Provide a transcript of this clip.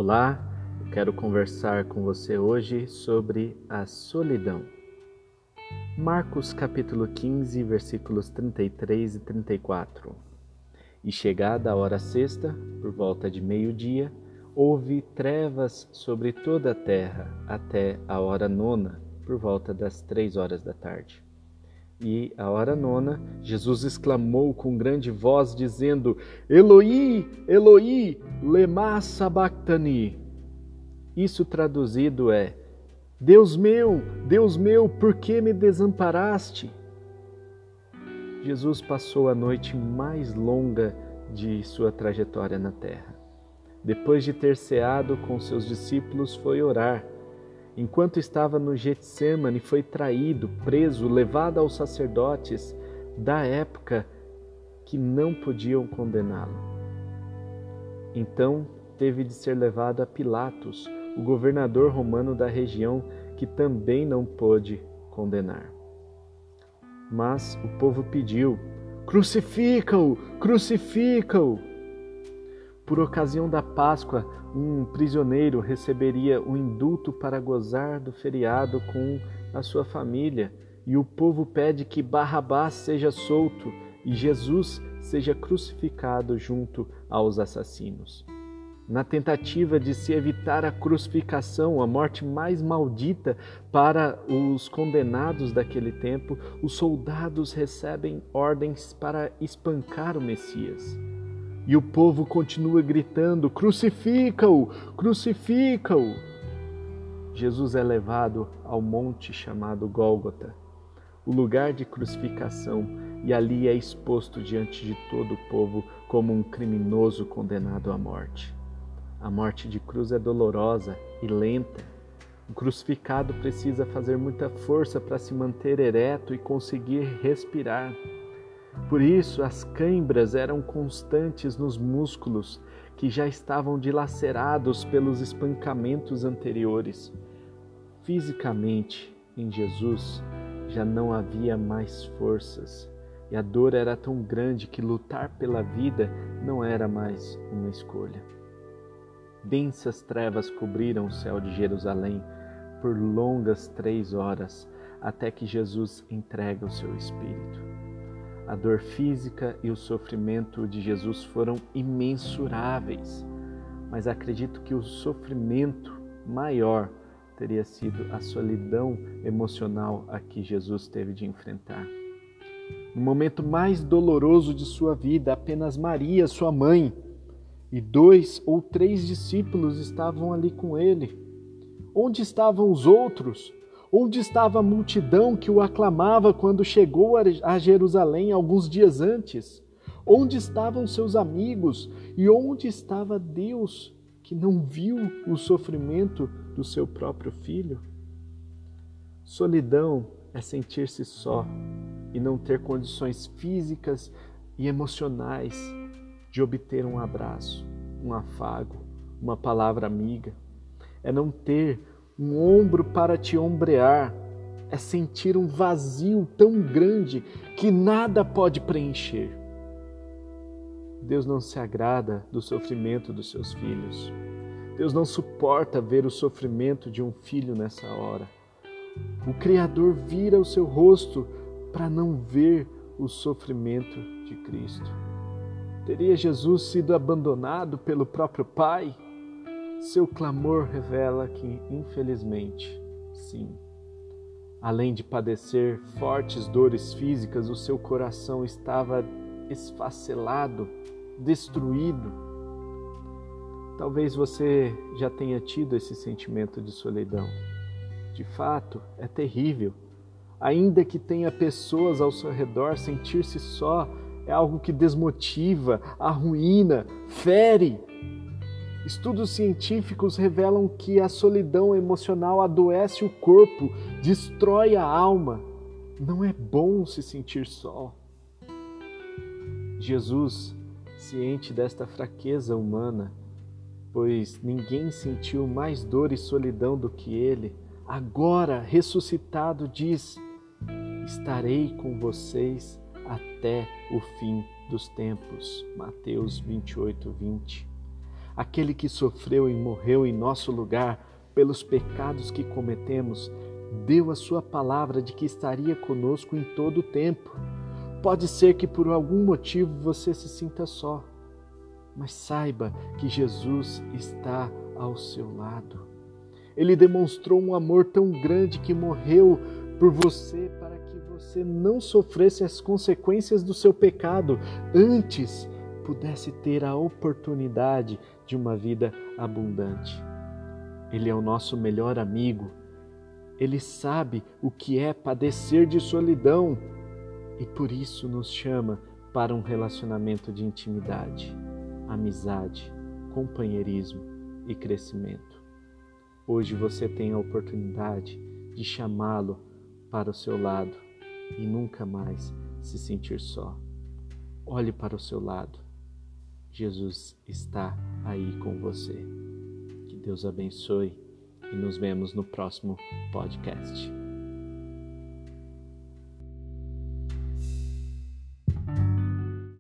Olá, eu quero conversar com você hoje sobre a solidão. Marcos capítulo 15, versículos 33 e 34. E chegada a hora sexta, por volta de meio-dia, houve trevas sobre toda a terra até a hora nona, por volta das 3 horas da tarde. E à hora nona, Jesus exclamou com grande voz, dizendo: Eloi, Eloi, lema sabachthani. Isso traduzido é: Deus meu, por que me desamparaste? Jesus passou a noite mais longa de sua trajetória na terra. Depois de ter ceado com seus discípulos, foi orar. Enquanto estava no Getsêmani, foi traído, preso, levado aos sacerdotes da época que não podiam condená-lo. Então teve de ser levado a Pilatos, o governador romano da região, que também não pôde condenar. Mas o povo pediu: crucifica-o, crucifica-o! Por ocasião da Páscoa, um prisioneiro receberia o indulto para gozar do feriado com a sua família, e o povo pede que Barrabás seja solto e Jesus seja crucificado junto aos assassinos. Na tentativa de se evitar a crucificação, a morte mais maldita para os condenados daquele tempo, os soldados recebem ordens para espancar o Messias. E o povo continua gritando: crucifica-o, crucifica-o! Jesus é levado ao monte chamado Gólgota, o lugar de crucificação, e ali é exposto diante de todo o povo como um criminoso condenado à morte. A morte de cruz é dolorosa e lenta. O crucificado precisa fazer muita força para se manter ereto e conseguir respirar. Por isso, as câimbras eram constantes nos músculos, que já estavam dilacerados pelos espancamentos anteriores. Fisicamente, em Jesus, já não havia mais forças, e a dor era tão grande que lutar pela vida não era mais uma escolha. Densas trevas cobriram o céu de Jerusalém por longas 3 horas, até que Jesus entrega o seu espírito. A dor física e o sofrimento de Jesus foram imensuráveis, mas acredito que o sofrimento maior teria sido a solidão emocional a que Jesus teve de enfrentar. No momento mais doloroso de sua vida, apenas Maria, sua mãe, e 2 ou 3 discípulos estavam ali com ele. Onde estavam os outros? Onde estava a multidão que o aclamava quando chegou a Jerusalém alguns dias antes? Onde estavam seus amigos? E onde estava Deus, que não viu o sofrimento do seu próprio filho? Solidão é sentir-se só e não ter condições físicas e emocionais de obter um abraço, um afago, uma palavra amiga. É não ter um ombro para te ombrear, é sentir um vazio tão grande que nada pode preencher. Deus não se agrada do sofrimento dos seus filhos. Deus não suporta ver o sofrimento de um filho nessa hora. O Criador vira o seu rosto para não ver o sofrimento de Cristo. Teria Jesus sido abandonado pelo próprio Pai? Seu clamor revela que, infelizmente, sim. Além de padecer fortes dores físicas, o seu coração estava esfacelado, destruído. Talvez você já tenha tido esse sentimento de solidão. De fato, é terrível. Ainda que tenha pessoas ao seu redor, sentir-se só é algo que desmotiva, arruína, fere. Estudos científicos revelam que a solidão emocional adoece o corpo, destrói a alma. Não é bom se sentir só. Jesus, ciente desta fraqueza humana, pois ninguém sentiu mais dor e solidão do que ele, agora ressuscitado diz: estarei com vocês até o fim dos tempos. Mateus 28, 20. aquele que sofreu e morreu em nosso lugar pelos pecados que cometemos, deu a sua palavra de que estaria conosco em todo o tempo. Pode ser que por algum motivo você se sinta só, mas saiba que Jesus está ao seu lado. Ele demonstrou um amor tão grande que morreu por você para que você não sofresse as consequências do seu pecado, antes pudesse ter a oportunidade de uma vida abundante. Ele é o nosso melhor amigo. Ele sabe o que é padecer de solidão e por isso nos chama para um relacionamento de intimidade, amizade, companheirismo e crescimento. Hoje você tem a oportunidade de chamá-lo para o seu lado e nunca mais se sentir só. Olhe para o seu lado. Jesus está aí com você. Que Deus abençoe e nos vemos no próximo podcast.